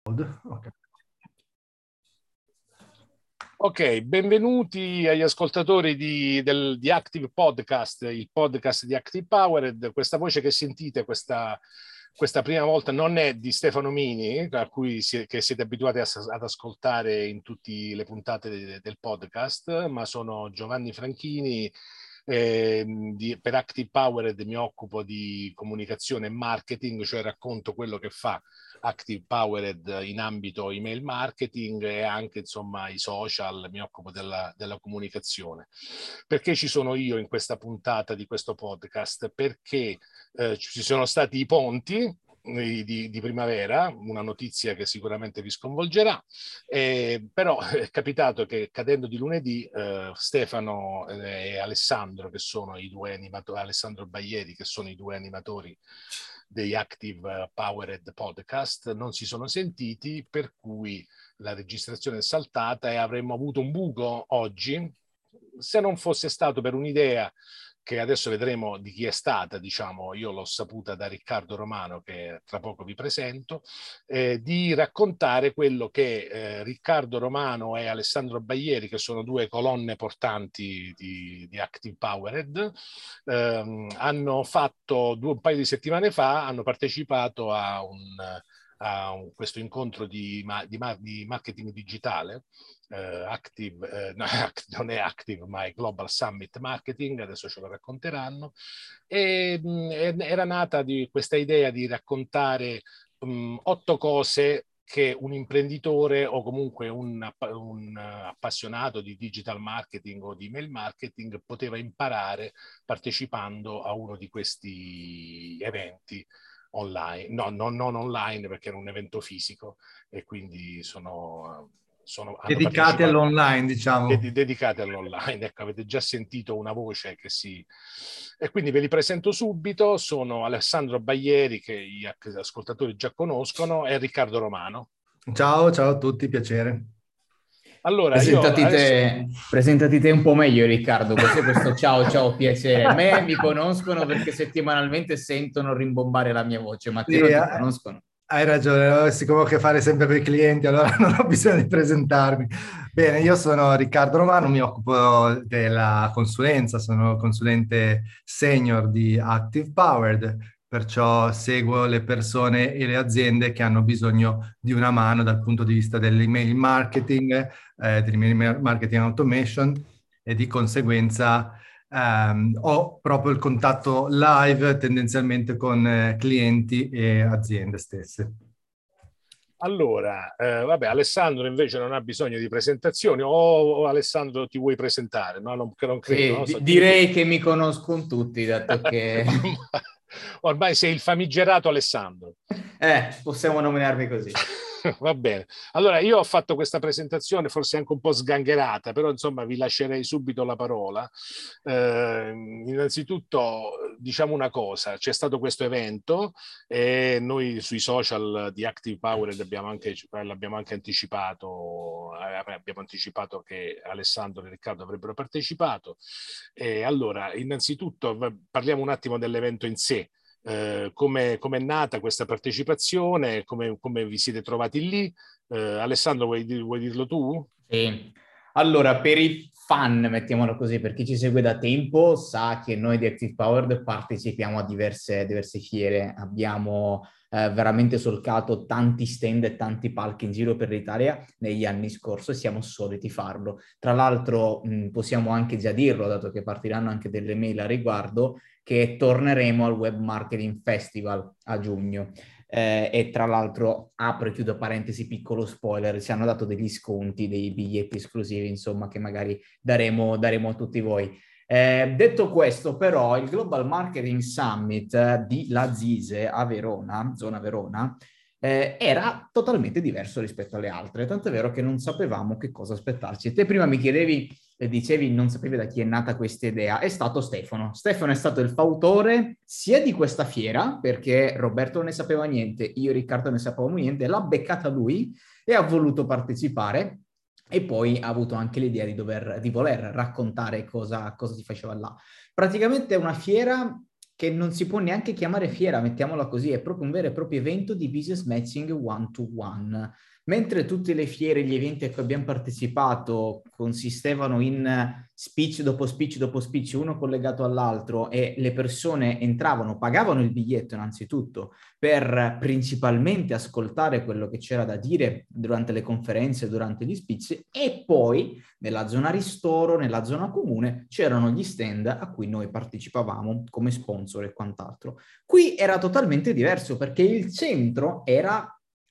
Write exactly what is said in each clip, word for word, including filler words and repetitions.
Okay. Ok, benvenuti agli ascoltatori di, del, di Active Podcast, il podcast di Active Powered. Questa voce che sentite, questa, questa prima volta non è di Stefano Mini, a cui si, che siete abituati a, ad ascoltare in tutte le puntate de, del podcast, ma sono Giovanni Franchini. Eh, di, per Active Powered mi occupo di comunicazione e marketing, cioè racconto quello che fa Active Powered in ambito email marketing e anche insomma i social, mi occupo della, della comunicazione. Perché ci sono io in questa puntata di questo podcast? Perché eh, ci sono stati i ponti Di, di primavera, una notizia che sicuramente vi sconvolgerà, eh, però è capitato che cadendo di lunedì eh, Stefano e Alessandro, che sono i due animatori, Alessandro Baglieri, che sono i due animatori degli Active Powered Podcast, non si sono sentiti, per cui la registrazione è saltata e avremmo avuto un buco oggi, se non fosse stato per un'idea che adesso vedremo di chi è stata, diciamo, io l'ho saputa da Riccardo Romano, che tra poco vi presento, eh, di raccontare quello che eh, Riccardo Romano e Alessandro Baglieri, che sono due colonne portanti di, di Active Powered, ehm, hanno fatto due, un paio di settimane fa, hanno partecipato a un a un, questo incontro di, di, di marketing digitale, eh, Active, eh, no, non è Active, ma è Global Summit Marketing, adesso ce lo racconteranno, e mh, era nata di questa idea di raccontare mh, otto cose che un imprenditore o comunque un, un appassionato di digital marketing o di email marketing poteva imparare partecipando a uno di questi eventi online, no, non, non online perché era un evento fisico e quindi sono, sono hanno Dedicati all'online, diciamo. ded- dedicati all'online. Ecco, avete già sentito una voce che si... E quindi ve li presento subito, sono Alessandro Baglieri, che gli ascoltatori già conoscono, e Riccardo Romano. Ciao, ciao a tutti, piacere. Allora, io Presentati adesso... te, presentati te un po' meglio, Riccardo. Cos'è questo ciao, ciao, piacere? Me mi conoscono perché settimanalmente sentono rimbombare la mia voce, ma te Sì, non ti eh, conoscono. hai ragione, siccome ho a che fare sempre con i clienti, allora non ho bisogno di presentarmi. Bene, io sono Riccardo Romano, mi occupo della consulenza, sono consulente senior di Active Powered, perciò seguo le persone e le aziende che hanno bisogno di una mano dal punto di vista dell'email marketing, eh, dell'email marketing automation e di conseguenza Um, ho proprio il contatto live tendenzialmente con eh, clienti e aziende stesse. Allora, eh, vabbè, Alessandro invece non ha bisogno di presentazioni, o, o Alessandro ti vuoi presentare? No, non, non credo, Sì, no? So, di- dimmi tu. direi che mi conoscono tutti, dato che ormai, ormai sei il famigerato Alessandro. eh, possiamo nominarmi così. Va bene. Allora, io ho fatto questa presentazione forse anche un po' sgangherata, però insomma vi lascerei subito la parola. Eh, innanzitutto diciamo una cosa, c'è stato questo evento e noi sui social di Active Power l'abbiamo anche, l'abbiamo anche anticipato, abbiamo anticipato che Alessandro e Riccardo avrebbero partecipato. E allora, innanzitutto parliamo un attimo dell'evento in sé. Eh, come è nata questa partecipazione, come, come vi siete trovati lì? Eh, Alessandro, vuoi, vuoi dirlo tu? Sì. Allora, per i fan, mettiamolo così, per chi ci segue da tempo, sa che noi di Active Powered partecipiamo a diverse, diverse fiere, abbiamo eh, veramente solcato tanti stand e tanti palchi in giro per l'Italia negli anni scorsi e siamo soliti farlo. Tra l'altro mh, possiamo anche già dirlo, dato che partiranno anche delle mail a riguardo, che torneremo al Web Marketing Festival a giugno. Eh, e tra l'altro apro e chiudo parentesi, piccolo spoiler, ci hanno dato degli sconti, dei biglietti esclusivi, insomma, che magari daremo, daremo a tutti voi. Eh, detto questo, però, il Global Marketing Summit eh, di La Zise a Verona, zona Verona, eh, era totalmente diverso rispetto alle altre, tanto è vero che non sapevamo che cosa aspettarci. Te prima mi chiedevi e dicevi non sapevi da chi è nata questa idea, è stato Stefano. Stefano è stato il fautore sia di questa fiera, perché Roberto non ne sapeva niente, io e Riccardo ne sapevamo niente, l'ha beccata lui e ha voluto partecipare e poi ha avuto anche l'idea di, dover, di voler raccontare cosa, cosa si faceva là. Praticamente è una fiera che non si può neanche chiamare fiera, mettiamola così, è proprio un vero e proprio evento di business matching one-to-one. Mentre tutte le fiere, gli eventi a cui abbiamo partecipato consistevano in speech dopo speech dopo speech, uno collegato all'altro, e le persone entravano, pagavano il biglietto innanzitutto per principalmente ascoltare quello che c'era da dire durante le conferenze, durante gli speech, e poi nella zona ristoro, nella zona comune, c'erano gli stand a cui noi partecipavamo come sponsor e quant'altro. Qui era totalmente diverso perché il centro era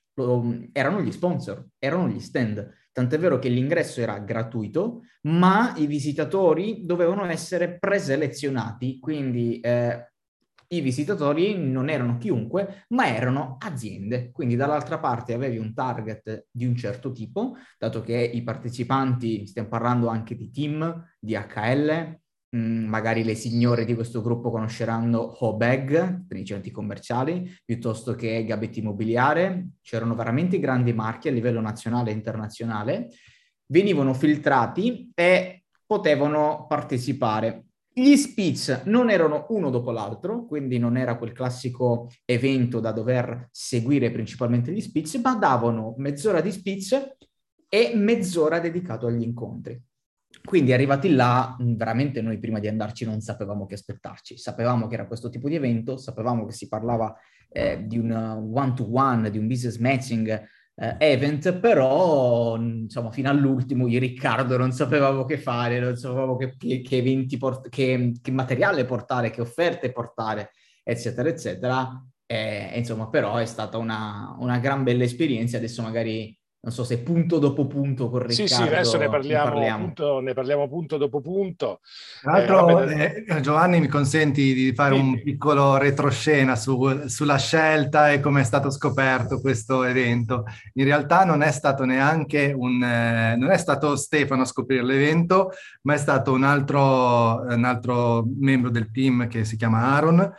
erano gli sponsor, erano gli stand. Tant'è vero che l'ingresso era gratuito, ma i visitatori dovevano essere preselezionati, quindi eh, i visitatori non erano chiunque, ma erano aziende. Quindi dall'altra parte avevi un target di un certo tipo, dato che i partecipanti, stiamo parlando anche di team, di H L, Mm, magari le signore di questo gruppo conosceranno Hobeg per i centri commerciali, piuttosto che Gabetti Immobiliare. C'erano veramente grandi marchi a livello nazionale e internazionale, venivano filtrati e potevano partecipare. Gli speech non erano uno dopo l'altro, quindi non era quel classico evento da dover seguire principalmente gli speech, ma davano mezz'ora di speech e mezz'ora dedicato agli incontri. Quindi arrivati là, veramente noi prima di andarci non sapevamo che aspettarci. Sapevamo che era questo tipo di evento, sapevamo che si parlava eh, di un one-to-one, di un business matching eh, event, però insomma fino all'ultimo io e Riccardo non sapevamo che fare, non sapevamo che, che, che eventi, port- che, che materiale portare, che offerte portare, eccetera, eccetera. E, insomma, però è stata una, una gran bella esperienza. Adesso magari non so se punto dopo punto con Sì, sì, adesso ne Riccardo ne parliamo parliamo. punto, ne parliamo punto dopo punto. Tra Eh, vabbè, l'altro, da- eh, Giovanni, mi consenti di fare un dimmi. piccolo retroscena su- sulla scelta e come è stato scoperto questo evento. In realtà non è stato neanche un, eh, non è stato Stefano a scoprire l'evento, ma è stato un altro, un altro membro del team che si chiama Aaron,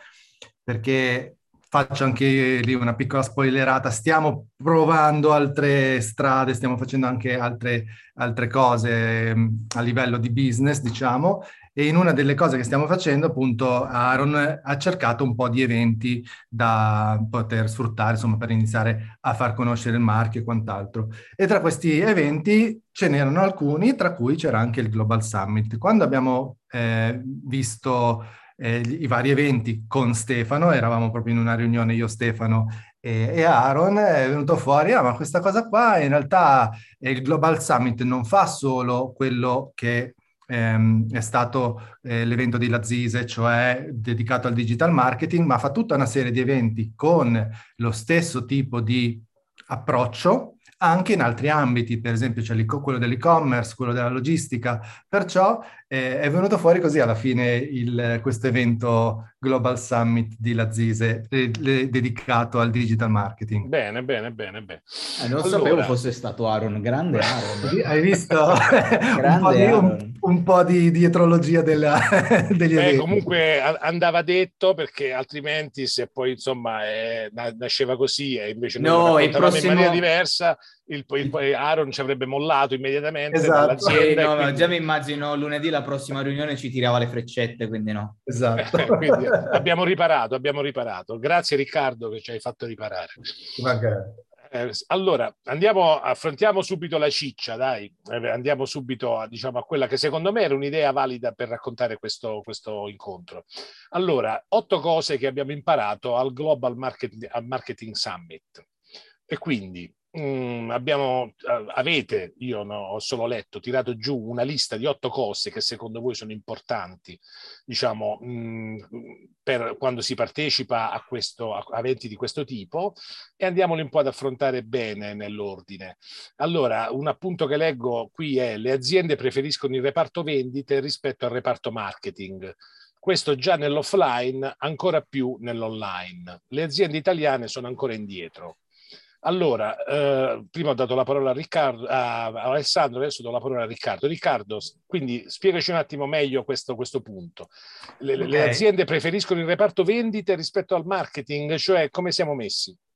perché faccio anche lì una piccola spoilerata. Stiamo provando altre strade, stiamo facendo anche altre, altre cose mh, a livello di business, diciamo, e in una delle cose che stiamo facendo, appunto, Aaron ha cercato un po' di eventi da poter sfruttare, insomma, per iniziare a far conoscere il marchio e quant'altro. E tra questi eventi ce n'erano alcuni, tra cui c'era anche il Global Summit. Quando abbiamo eh, visto eh, i vari eventi con Stefano, eravamo proprio in una riunione io, Stefano e, e Aaron, è venuto fuori, ah, ma questa cosa qua in realtà eh, il Global Summit non fa solo quello che ehm, è stato eh, l'evento di Lazise, cioè dedicato al digital marketing, ma fa tutta una serie di eventi con lo stesso tipo di approccio anche in altri ambiti, per esempio c'è quello dell'e-commerce, quello della logistica, perciò eh, è venuto fuori così alla fine il, questo evento Global Summit di Lazise eh, le, dedicato al digital marketing. Bene, bene, bene, bene. Eh, non Allora, sapevo fosse stato Aaron, grande Aaron. Hai visto un po' Grande di, un, Aaron. un po' di dietrologia della, degli beh, eventi. comunque a- andava detto, perché altrimenti se poi insomma eh, na- nasceva così e invece noi lo No, il raccontavamo in maniera prossimo... diversa, il, il, il- Aaron ci avrebbe mollato immediatamente Esatto, Sì, dall'azienda e no, no, già quindi, mi immagino lunedì la prossima riunione ci tirava le freccette, quindi no. esatto. quindi abbiamo riparato, abbiamo riparato. Grazie Riccardo che ci hai fatto riparare. Magari. Eh, allora, andiamo, affrontiamo subito la ciccia, dai, eh, andiamo subito a, diciamo, a quella che secondo me era un'idea valida per raccontare questo, questo incontro. Allora, otto cose che abbiamo imparato al Global Market, al Marketing Summit. E quindi mh, abbiamo, avete, io no, ho solo letto, tirato giù una lista di otto cose che secondo voi sono importanti, diciamo, mh, per quando si partecipa a, questo, a eventi di questo tipo, e andiamoli un po' ad affrontare bene nell'ordine. Allora, un appunto che leggo qui è: le aziende preferiscono il reparto vendite rispetto al reparto marketing. Questo già nell'offline, ancora più nell'online. Le aziende italiane sono ancora indietro. Allora, eh, prima ho dato la parola a Riccardo, a, a Alessandro, adesso do la parola a Riccardo. Riccardo, quindi spiegaci un attimo meglio questo, questo punto. Le, Ok. le aziende preferiscono il reparto vendite rispetto al marketing, cioè come siamo messi?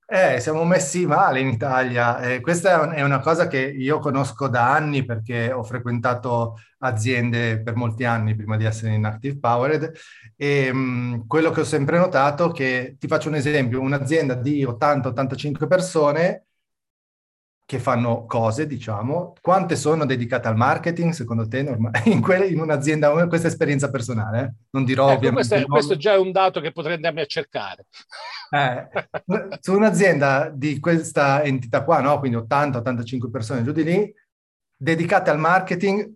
Eh, siamo messi male in Italia. Eh, questa è, un- è una cosa che io conosco da anni perché ho frequentato aziende per molti anni prima di essere in Active Powered e mh, quello che ho sempre notato che, ti faccio un esempio, un'azienda di ottanta ottantacinque persone che fanno cose, diciamo, quante sono dedicate al marketing, secondo te, norma- in, que- in un'azienda, questa è esperienza personale, eh? Non dirò Ecco, questo, ovviamente il è, questo nome. già è un dato che potrei andarmi a cercare. Eh, su un'azienda di questa entità qua, no? Quindi ottanta ottantacinque persone giù di lì, dedicate al marketing,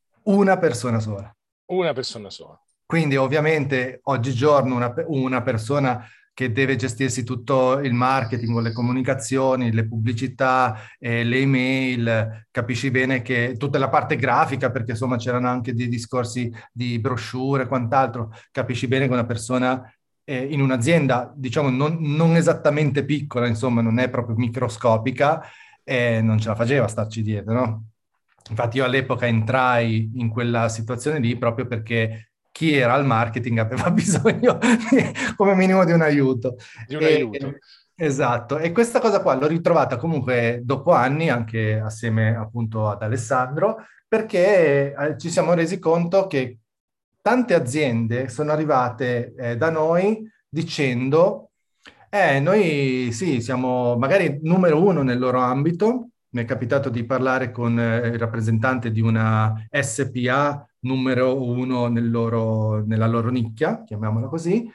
una persona sola. Una persona sola. Quindi ovviamente oggigiorno una, una persona che deve gestirsi tutto il marketing o le comunicazioni, le pubblicità, eh, le email, capisci bene che tutta la parte grafica, perché insomma c'erano anche dei discorsi di brochure e quant'altro, capisci bene che una persona eh, in un'azienda, diciamo, non, non esattamente piccola, insomma, non è proprio microscopica, eh, non ce la faceva starci dietro, no? Infatti io all'epoca entrai in quella situazione lì proprio perché chi era al marketing aveva bisogno di- come minimo di un aiuto. Di un E, aiuto. esatto, e questa cosa qua l'ho ritrovata comunque dopo anni, anche assieme appunto ad Alessandro, perché eh, ci siamo resi conto che tante aziende sono arrivate eh, da noi dicendo, eh, noi sì, siamo magari numero uno nel loro ambito. Mi è capitato di parlare con eh, il rappresentante di una S P A numero uno nel loro- nella loro nicchia, chiamiamola così,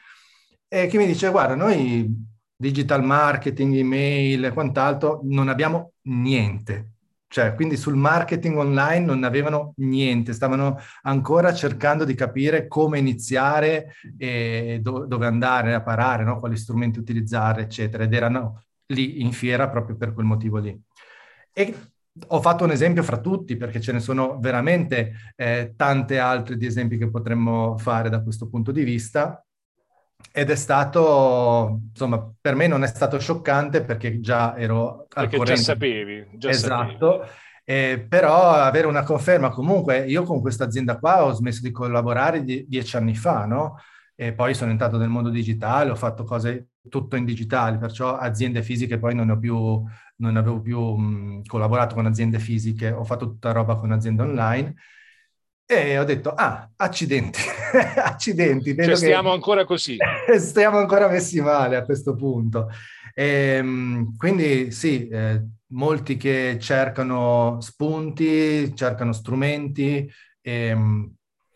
e che mi dice, guarda, noi digital marketing, email e quant'altro non abbiamo niente. Cioè, quindi sul marketing online non avevano niente, stavano ancora cercando di capire come iniziare e do- dove andare a parare, no? Quali strumenti utilizzare, eccetera. Ed erano lì in fiera proprio per quel motivo lì. E ho fatto un esempio fra tutti, perché ce ne sono veramente eh, tante altre di esempi che potremmo fare da questo punto di vista. Ed è stato, insomma, per me non è stato scioccante perché già ero al Perché già corrente. sapevi, già sapevi. Esatto, eh, però avere una conferma comunque, io con questa azienda qua ho smesso di collaborare die- dieci anni fa, no? E poi sono entrato nel mondo digitale, ho fatto cose tutto in digitale, perciò aziende fisiche poi non ho più, non avevo più mh, collaborato con aziende fisiche, ho fatto tutta roba con aziende online e ho detto, ah, accidenti, accidenti, Cioè vedo che stiamo ancora così. stiamo ancora messi male a questo punto. Ehm, quindi sì, eh, molti che cercano spunti, cercano strumenti. ehm,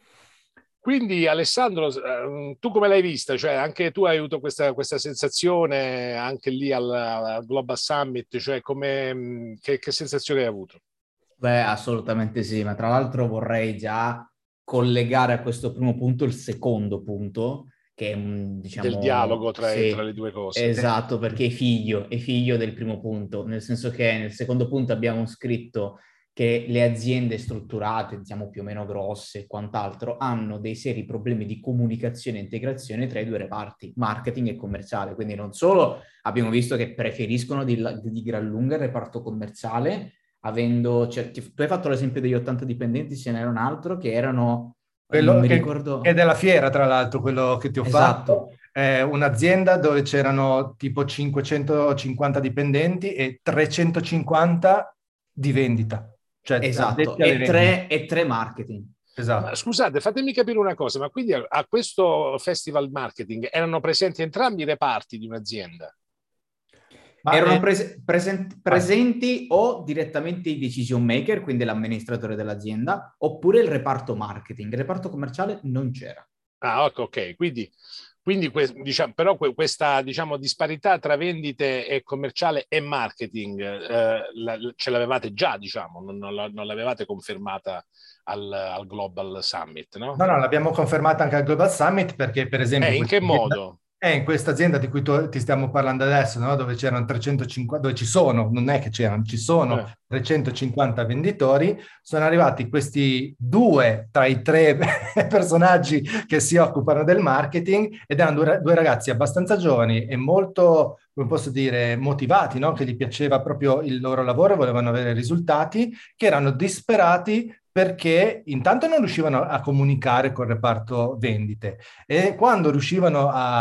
Quindi Alessandro, eh, tu come l'hai vista? Cioè anche tu hai avuto questa, questa sensazione anche lì al, al Global Summit, cioè come, mh, che, che sensazione hai avuto? Beh, assolutamente sì, ma tra l'altro vorrei già collegare a questo primo punto il secondo punto, che è, mm, Del diciamo, dialogo tra, tra sì, le due cose. esatto, perché è figlio, è figlio del primo punto, nel senso che nel secondo punto abbiamo scritto che le aziende strutturate, diciamo più o meno grosse e quant'altro, hanno dei seri problemi di comunicazione e integrazione tra i due reparti, marketing e commerciale. Quindi non solo abbiamo visto che preferiscono di, di gran lunga il reparto commerciale, avendo, cioè, tu hai fatto l'esempio degli ottanta dipendenti, ce n'era un altro che erano, non quello mi che, che è ricordo, della fiera, tra l'altro, quello che ti ho fatto, esatto, è un'azienda dove c'erano tipo cinquecentocinquanta dipendenti e trecentocinquanta di vendita, cioè esatto, addetti alle e vendite. tre, e tre marketing. Ma Esatto. scusate, fatemi capire una cosa, ma quindi a, a questo festival marketing erano presenti entrambi i reparti di un'azienda? Ma Erano eh, pres- present- vai. presenti o direttamente i decision maker, quindi l'amministratore dell'azienda, oppure il reparto marketing. Il reparto commerciale non c'era. Ah, ok, ok. Quindi, quindi que- diciamo, però que- questa diciamo, disparità tra vendite e commerciale e marketing eh, la- ce l'avevate già, diciamo, non, non la- non l'avevate confermata al, al Global Summit, No, no? no, l'abbiamo confermata anche al Global Summit perché, per esempio, Eh, in questa che azienda, modo? è in questa azienda di cui tu- ti stiamo parlando adesso, no? Dove c'erano trecentocinquanta, dove ci sono, non è che c'erano, ci sono Eh. trecentocinquanta venditori, sono arrivati questi due tra i tre personaggi che si occupano del marketing ed erano due, due ragazzi abbastanza giovani e molto, come posso dire, motivati, no? Che gli piaceva proprio il loro lavoro e volevano avere risultati, che erano disperati perché intanto non riuscivano a comunicare col reparto vendite e quando riuscivano a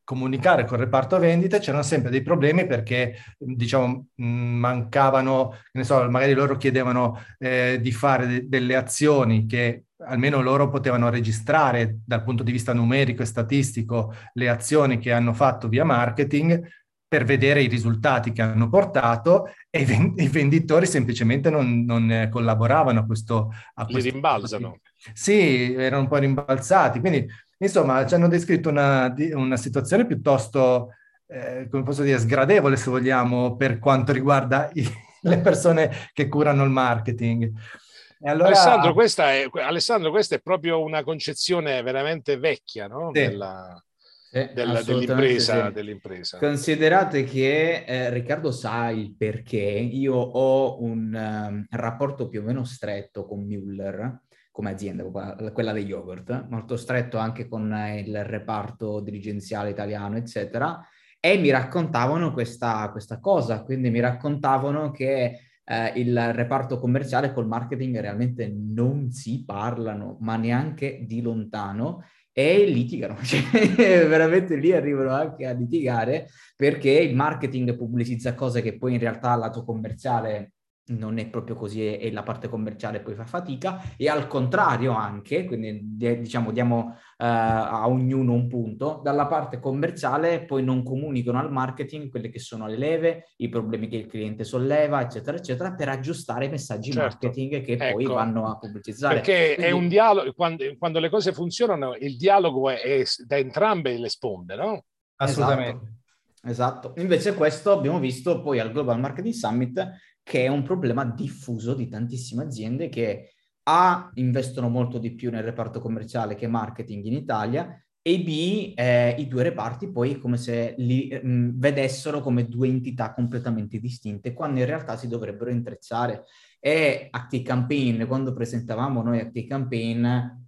comunicare col reparto vendite, c'erano sempre dei problemi perché, diciamo, mh, mancavano, che ne so, magari loro chiedevano eh, di fare de- delle azioni che almeno loro potevano registrare dal punto di vista numerico e statistico le azioni che hanno fatto via marketing per vedere i risultati che hanno portato, e i, ven- i venditori semplicemente non, non eh, collaboravano a questo, a Li questo. rimbalzano. Sì, erano un po' rimbalzati, quindi insomma ci hanno descritto una, di- una situazione piuttosto, eh, come posso dire, sgradevole, se vogliamo, per quanto riguarda i- le persone che curano il marketing. E allora, Alessandro, questa è, Alessandro, questa è proprio una concezione veramente vecchia, no? sì, Della, Sì, della- assolutamente dell'impresa, sì. dell'impresa. Considerate che eh, Riccardo sa il perché. Io ho un ehm, rapporto più o meno stretto con Müller come azienda, quella quella degli yogurt, molto stretto anche con eh, il reparto dirigenziale italiano, eccetera, e mi raccontavano questa, questa cosa, quindi mi raccontavano che eh, il reparto commerciale col marketing realmente non si parlano, ma neanche di lontano, e litigano, cioè veramente lì arrivano anche a litigare perché il marketing pubblicizza cose che poi in realtà al lato commerciale non è proprio così, e, e la parte commerciale poi fa fatica, e al contrario anche, quindi diciamo diamo uh, a ognuno un punto, dalla parte commerciale poi non comunicano al marketing quelle che sono le leve, i problemi che il cliente solleva, eccetera, eccetera, per aggiustare i messaggi Certo, marketing che poi ecco, vanno a pubblicizzare. perché è un Quindi dialogo, quando, quando le cose funzionano, il dialogo è, è da entrambe le sponde, no? esatto, assolutamente. esatto. Invece questo abbiamo visto poi al Global Marketing Summit, che è un problema diffuso di tantissime aziende che A, investono molto di più nel reparto commerciale che marketing in Italia, e B, eh, i due reparti poi come se li mh, vedessero come due entità completamente distinte, quando in realtà si dovrebbero intrecciare. E Active Campaign, quando presentavamo noi Active Campaign,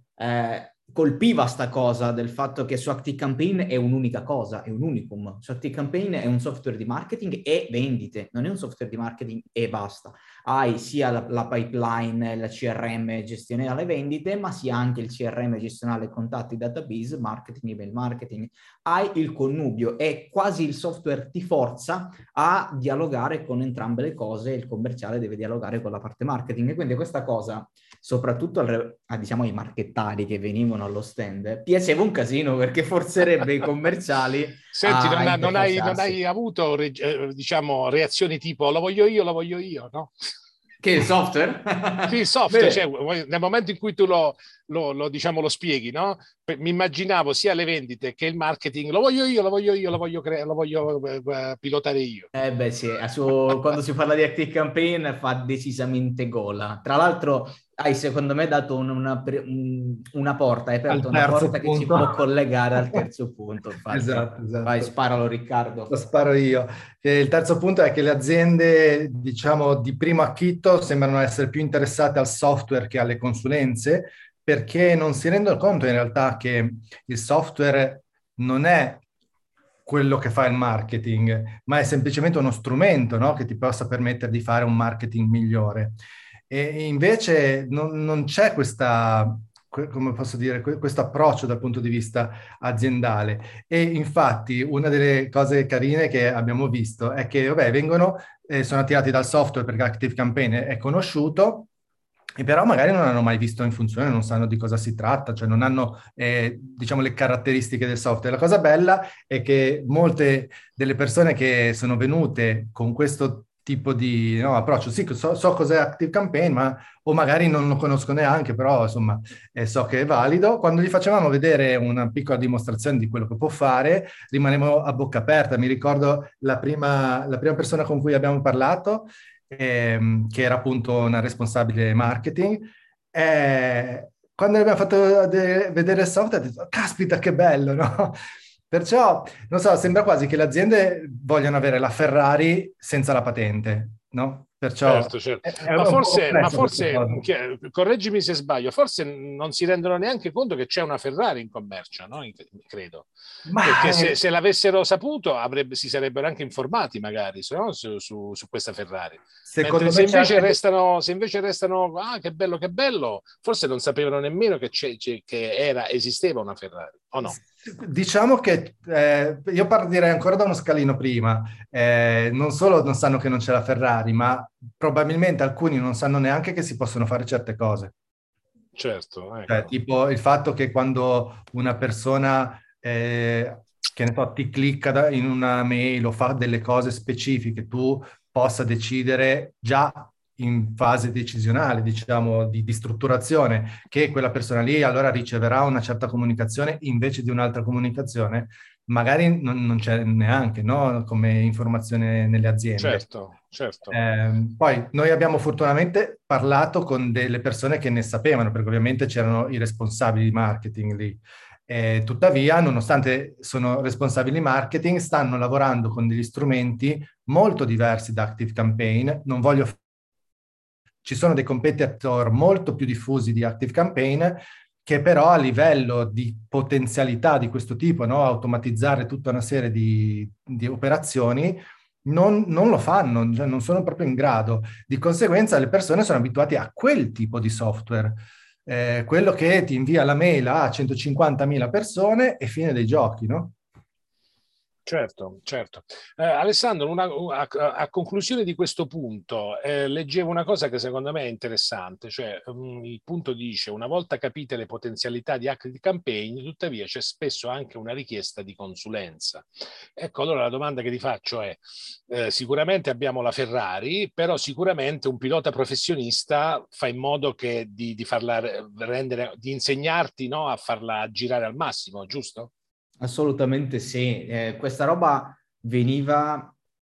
eh, colpiva sta cosa del fatto che su Active Campaign è un'unica cosa, è un unicum. Su Active Campaign è un software di marketing e vendite, non è un software di marketing e basta. Hai sia la, la pipeline, la C R M gestione alle vendite, ma sia anche il C R M gestionale contatti database, marketing, email marketing. Hai il connubio e quasi il software ti forza a dialogare con entrambe le cose, il commerciale deve dialogare con la parte marketing, e quindi questa cosa, soprattutto al, a, diciamo ai marchettari che venivano allo stand, piaceva un casino perché forzerebbe i commerciali Senti, a non, ha- non hai, non interfacciarsi. hai avuto, re- eh, diciamo, reazioni tipo lo voglio io, lo voglio io, no? Che il software? Sì, il software, cioè, Beh, vuoi- nel momento in cui tu lo, lo- lo, diciamo, lo spieghi, no? Pe- Mi immaginavo sia le vendite che il marketing, lo voglio io, lo voglio io, lo voglio, cre- lo voglio eh, eh, pilotare io. Eh beh sì, su- quando si parla di Active Campaign fa decisamente gola. Tra l'altro hai secondo me dato un- una, pre- un- una porta, hai Al aperto una terzo porta che ci punto. può collegare al terzo punto, infatti. Esatto, Vai, esatto. sparalo Lo Riccardo. sparo io. E il terzo punto è che le aziende, diciamo, di primo acchito sembrano essere più interessate al software che alle consulenze, perché non si rendono conto in realtà che il software non è quello che fa il marketing, ma è semplicemente uno strumento, no? Che ti possa permettere di fare un marketing migliore. E invece non, non c'è questa, que- come posso dire, que- questo approccio dal punto di vista aziendale. E infatti una delle cose carine che abbiamo visto è che, vabbè, vengono, eh, sono attirati dal software perché Active Campaign è, è conosciuto, e però magari non hanno mai visto in funzione, non sanno di cosa si tratta, cioè non hanno, eh, diciamo, le caratteristiche del software. La cosa bella è che molte delle persone che sono venute con questo tipo di no, approccio, sì, so, so cos'è Active Campaign, ma o magari non lo conosco neanche, però insomma eh, so che è valido. Quando gli facevamo vedere una piccola dimostrazione di quello che può fare, rimanevo a bocca aperta. Mi ricordo la prima, la prima persona con cui abbiamo parlato, ehm, che era appunto una responsabile marketing. Eh, quando abbiamo fatto de- vedere il software, ho detto, caspita, che bello, no? Perciò, non so, sembra quasi che le aziende vogliano avere la Ferrari senza la patente, no? Perciò Certo, certo. è, è Ma un po' forse, ma complessa questa forse, cosa. che- correggimi se sbaglio, forse non si rendono neanche conto che c'è una Ferrari in commercio, no? In- credo. Ma Perché se, eh, se l'avessero saputo avrebbe- si sarebbero anche informati magari se no, su, su- su questa Ferrari. Mentre secondo se me c'è invece anche. restano, se invece restano, ah, che bello, che bello, forse non sapevano nemmeno che, c'è- c'è- che era, esisteva una Ferrari, o no? Diciamo che eh, io partirei ancora da uno scalino prima. Eh, non solo non sanno che non c'è la Ferrari, ma probabilmente alcuni non sanno neanche che si possono fare certe cose. Certo, Cioè, ecco. tipo il fatto che quando una persona, eh, che ne so, ti clicca da- in una mail o fa delle cose specifiche, tu possa decidere già in fase decisionale, diciamo, di, di strutturazione, che quella persona lì allora riceverà una certa comunicazione invece di un'altra comunicazione, magari non, non c'è neanche, no? Come informazione nelle aziende. Certo, certo. Eh, poi noi abbiamo fortunatamente parlato con delle persone che ne sapevano, perché ovviamente c'erano i responsabili di marketing lì. Eh, tuttavia, nonostante sono responsabili di marketing, stanno lavorando con degli strumenti molto diversi da ActiveCampaign. Non voglio... Ci sono dei competitor molto più diffusi di ActiveCampaign che però a livello di potenzialità di questo tipo, no? Automatizzare tutta una serie di, di operazioni, non, non lo fanno, cioè non sono proprio in grado. Di conseguenza le persone sono abituate a quel tipo di software, eh, quello che ti invia la mail a centocinquantamila persone e fine dei giochi, no? Certo, certo. Eh, Alessandro, una- a, a conclusione di questo punto, eh, leggevo una cosa che secondo me è interessante, cioè mm, il punto dice, una volta capite le potenzialità di Active Campaign, tuttavia c'è spesso anche una richiesta di consulenza. Ecco, allora la domanda che ti faccio è, eh, sicuramente abbiamo la Ferrari, però sicuramente un pilota professionista fa in modo che di, di farla rendere, di insegnarti, no, a farla girare al massimo, giusto? Assolutamente sì, eh, questa roba veniva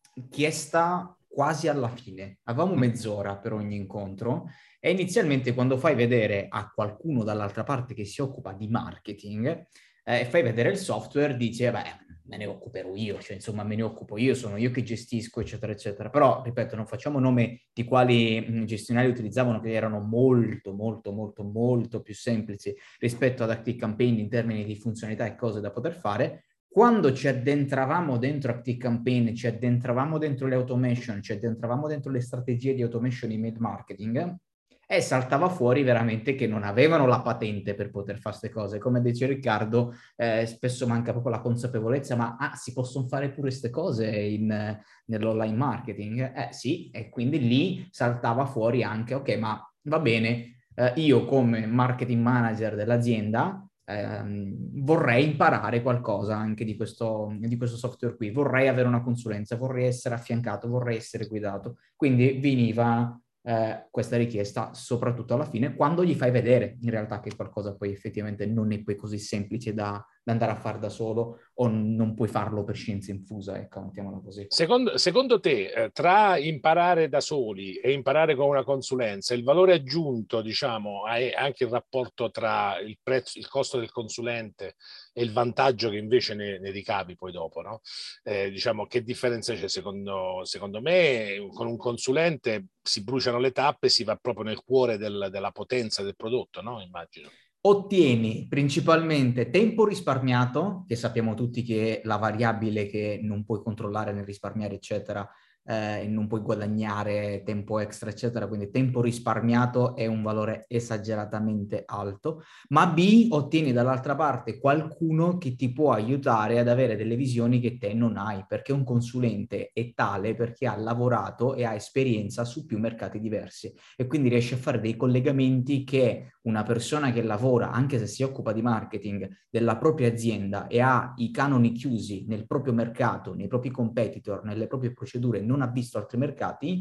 chiesta quasi alla fine, avevamo Mm. mezz'ora per ogni incontro e inizialmente quando fai vedere a qualcuno dall'altra parte che si occupa di marketing e eh, fai vedere il software, dice beh, me ne occuperò io, cioè insomma me ne occupo io, sono io che gestisco eccetera eccetera, però ripeto non facciamo nome di quali mh, gestionali utilizzavano che erano molto molto molto molto più semplici rispetto ad ActiveCampaign in termini di funzionalità e cose da poter fare. Quando ci addentravamo dentro ActiveCampaign, ci addentravamo dentro le automation, ci addentravamo dentro le strategie di automation email marketing, e saltava fuori veramente che non avevano la patente per poter fare queste cose. Come dice Riccardo, eh, spesso manca proprio la consapevolezza, ma ah, si possono fare pure queste cose in, nell'online marketing? Eh sì, e quindi lì saltava fuori anche, ok, ma va bene, eh, io come marketing manager dell'azienda ehm, vorrei imparare qualcosa anche di questo, di questo software qui, vorrei avere una consulenza, vorrei essere affiancato, vorrei essere guidato. Quindi veniva eh, questa richiesta soprattutto alla fine, quando gli fai vedere in realtà che qualcosa poi effettivamente non è poi così semplice da, da andare a fare da solo o non puoi farlo per scienza infusa, ecco, mettiamola così. Secondo, secondo te, eh, tra imparare da soli e imparare con una consulenza, il valore aggiunto, diciamo, è anche il rapporto tra il prezzo, il costo del consulente e il vantaggio che invece ne, ne ricavi poi dopo, no? Eh, diciamo, che differenza c'è? Secondo, secondo me, con un consulente si bruciano le tappe e si va proprio nel cuore del- della potenza del prodotto, no? Immagino. Ottieni principalmente tempo risparmiato, che sappiamo tutti che è la variabile che non puoi controllare nel risparmiare, eccetera, eh, e non puoi guadagnare tempo extra, eccetera, quindi tempo risparmiato è un valore esageratamente alto, ma B, ottieni dall'altra parte qualcuno che ti può aiutare ad avere delle visioni che te non hai, perché un consulente è tale perché ha lavorato e ha esperienza su più mercati diversi e quindi riesce a fare dei collegamenti che una persona che lavora, anche se si occupa di marketing della propria azienda e ha i canoni chiusi nel proprio mercato, nei propri competitor, nelle proprie procedure, non ha visto altri mercati,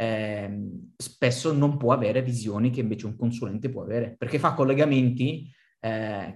ehm, spesso non può avere visioni che invece un consulente può avere, perché fa collegamenti eh,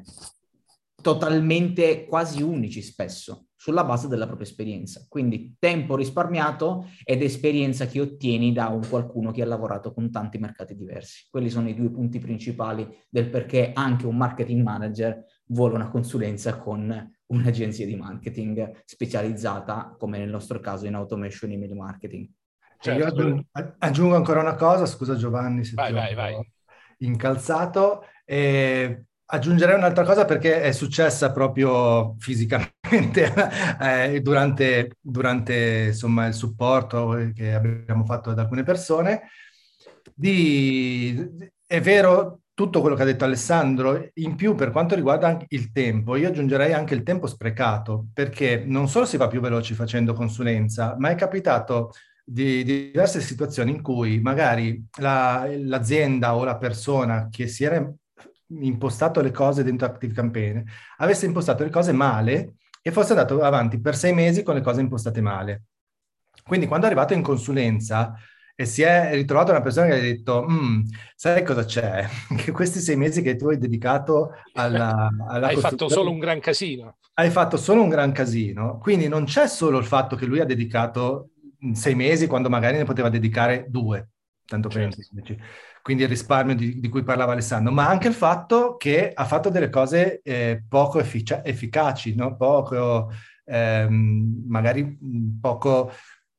totalmente quasi unici spesso, sulla base della propria esperienza. Quindi tempo risparmiato ed esperienza che ottieni da un qualcuno che ha lavorato con tanti mercati diversi. Quelli sono i due punti principali del perché anche un marketing manager vuole una consulenza con un'agenzia di marketing specializzata, come nel nostro caso in automation email marketing. E io Certo. aggiungo, aggiungo ancora una cosa, scusa Giovanni se Vai, ti ho vai, vai. incalzato, e aggiungerei un'altra cosa perché è successa proprio fisicamente eh, durante, durante insomma, il supporto che abbiamo fatto ad alcune persone. Di, è vero tutto quello che ha detto Alessandro, in più per quanto riguarda anche il tempo, io aggiungerei anche il tempo sprecato, perché non solo si va più veloci facendo consulenza, ma è capitato di, di diverse situazioni in cui magari la- l'azienda o la persona che si era impostato le cose dentro Active Campaign avesse impostato le cose male e fosse andato avanti per sei mesi con le cose impostate male. Quindi quando è arrivato in consulenza e si è ritrovato una persona che gli ha detto, "Mm, sai cosa c'è? Che questi sei mesi che tu hai dedicato alla, alla Hai fatto solo costruzione, un gran casino. hai fatto solo un gran casino." Quindi non c'è solo il fatto che lui ha dedicato mm, sei mesi quando magari ne poteva dedicare due, tanto per Certo. intenderci. Quindi il risparmio di, di cui parlava Alessandro, ma anche il fatto che ha fatto delle cose eh, poco effic- efficaci, no? Poco, ehm, magari mh, poco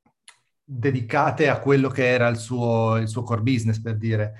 dedicate a quello che era il suo, il suo core business, per dire.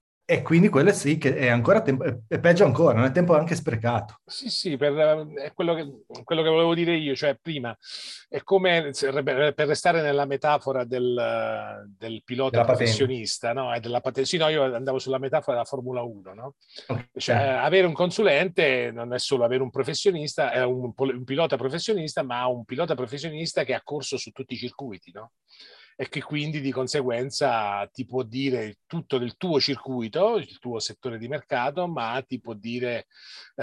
E quindi quello sì che è ancora tempo, è, è peggio ancora, non è tempo anche sprecato. Sì, sì, per, è quello che, quello che volevo dire io, cioè prima, è come, se- per restare nella metafora del, del pilota Della patente. professionista, no? E della patente, sì, no, io andavo sulla metafora della Formula uno, no? Cioè, Ok. avere un consulente non è solo avere un professionista, è un, un pilota professionista, ma un pilota professionista che ha corso su tutti i circuiti, no? E che quindi di conseguenza ti può dire tutto del tuo circuito, il tuo settore di mercato, ma ti può dire eh,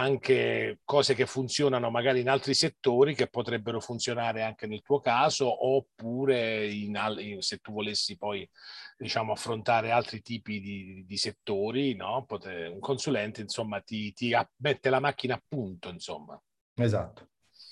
anche cose che funzionano magari in altri settori che potrebbero funzionare anche nel tuo caso, oppure in, in, se tu volessi poi diciamo affrontare altri tipi di, di settori, no? Pote, un consulente insomma ti, ti mette la macchina a punto, insomma. Esatto.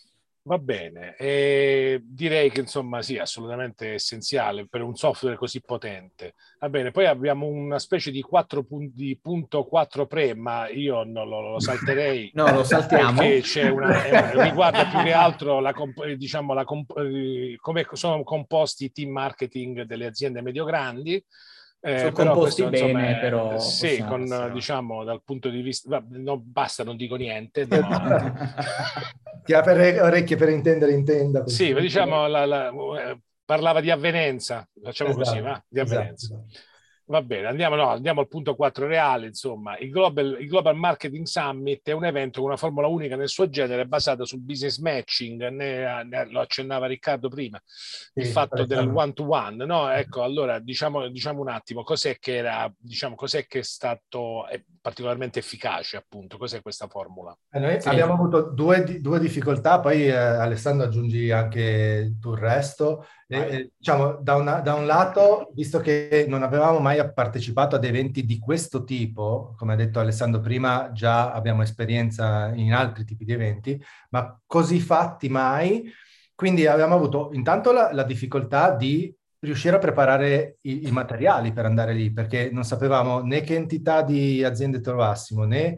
Va bene, e direi che insomma sì, assolutamente essenziale per un software così potente. Va bene, poi abbiamo una specie di quattro punti, punto quattro pre, ma io non lo, lo salterei No, lo saltiamo. perché c'è una, è una, riguarda più che altro la, diciamo, la, come sono composti i team marketing delle aziende medio-grandi. Eh, Sono però composti questo insomma bene, è, però sì, possiamo con passare avanti. diciamo dal punto di vista no, basta, non dico niente, andiamo avanti. Chi ha per orecchie per intendere intenda. Sì, diciamo, la, la, eh, parlava di avvenenza, facciamo così, Esatto, va? Di esatto, avvenenza. esatto. Va bene, andiamo, no, andiamo al punto quattro reale, insomma. Il Global, il Global Marketing Summit è un evento con una formula unica nel suo genere basata sul business matching, ne, ne, lo accennava Riccardo prima, il Sì, fatto del Alessandro. one-to-one, no? Ecco, allora, diciamo, diciamo un attimo, cos'è che era, diciamo, cos'è che è stato è particolarmente efficace, appunto, cos'è questa formula? Eh, Noi Sì. abbiamo avuto due, di- due difficoltà, poi eh, Alessandro aggiungi anche tu il resto. Eh, Vai. eh, diciamo, da, una- da un lato, visto che non avevamo mai partecipato ad eventi di questo tipo, come ha detto Alessandro prima, già abbiamo esperienza in altri tipi di eventi, ma così fatti mai. Quindi abbiamo avuto intanto la, la difficoltà di riuscire a preparare i, i materiali per andare lì, perché non sapevamo né che entità di aziende trovassimo, né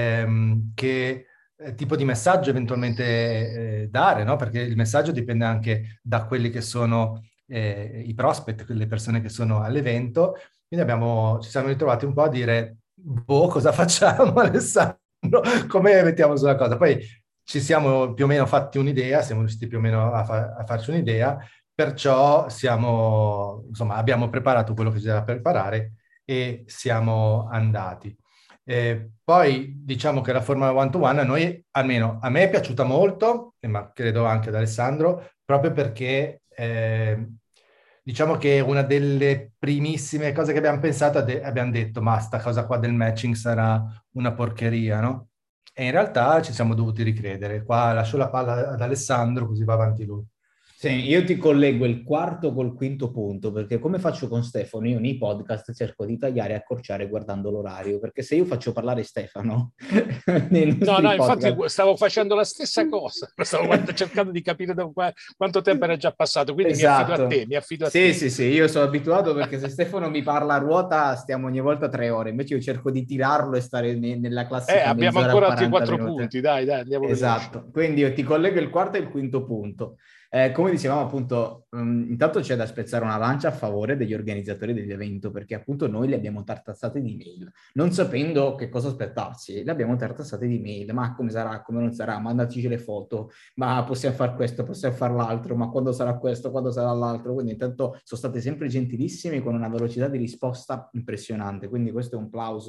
ehm, che eh, tipo di messaggio eventualmente eh, dare, no? Perché il messaggio dipende anche da quelli che sono eh, i prospect, le persone che sono all'evento. Quindi abbiamo, ci siamo ritrovati un po' a dire, boh, cosa facciamo, Alessandro? Come mettiamo sulla cosa? Poi ci siamo più o meno fatti un'idea, siamo riusciti più o meno a, fa- a farci un'idea, perciò siamo, insomma, abbiamo preparato quello che c'era da preparare e siamo andati. Eh, poi diciamo che la Formula One to One a noi, almeno a me è piaciuta molto, e ma credo anche ad Alessandro, proprio perché eh, diciamo che una delle primissime cose che abbiamo pensato, de- abbiamo detto, ma sta cosa qua del matching sarà una porcheria, no? E in realtà ci siamo dovuti ricredere. Qua lascio la palla ad Alessandro, così va avanti lui. Sì, io ti collego il quarto col quinto punto, perché come faccio con Stefano, io nei podcast cerco di tagliare e accorciare guardando l'orario, perché se io faccio parlare Stefano nei No, no, nostri infatti podcast... stavo facendo la stessa cosa, stavo cercando di capire da qua, quanto tempo era già passato, quindi mi affido a te, Esatto. mi affido a Sì, te. sì, sì, io sono abituato perché se Stefano mi parla a ruota stiamo ogni volta tre ore, invece io cerco di tirarlo e stare ne- nella Eh, classica abbiamo mezz'ora a ancora altri quaranta quattro minuti. punti, dai, dai, andiamo veloci. Esatto, quindi io ti collego il quarto e il quinto punto. Eh, come dicevamo appunto, um, intanto c'è da spezzare una lancia a favore degli organizzatori dell'evento, perché appunto noi li abbiamo tartassati di mail, non sapendo che cosa aspettarsi, li abbiamo tartassati di mail, ma come sarà, come non sarà, mandateci le foto, ma possiamo fare questo, possiamo fare l'altro, ma quando sarà questo, quando sarà l'altro, quindi intanto sono state sempre gentilissimi con una velocità di risposta impressionante, quindi questo è un plauso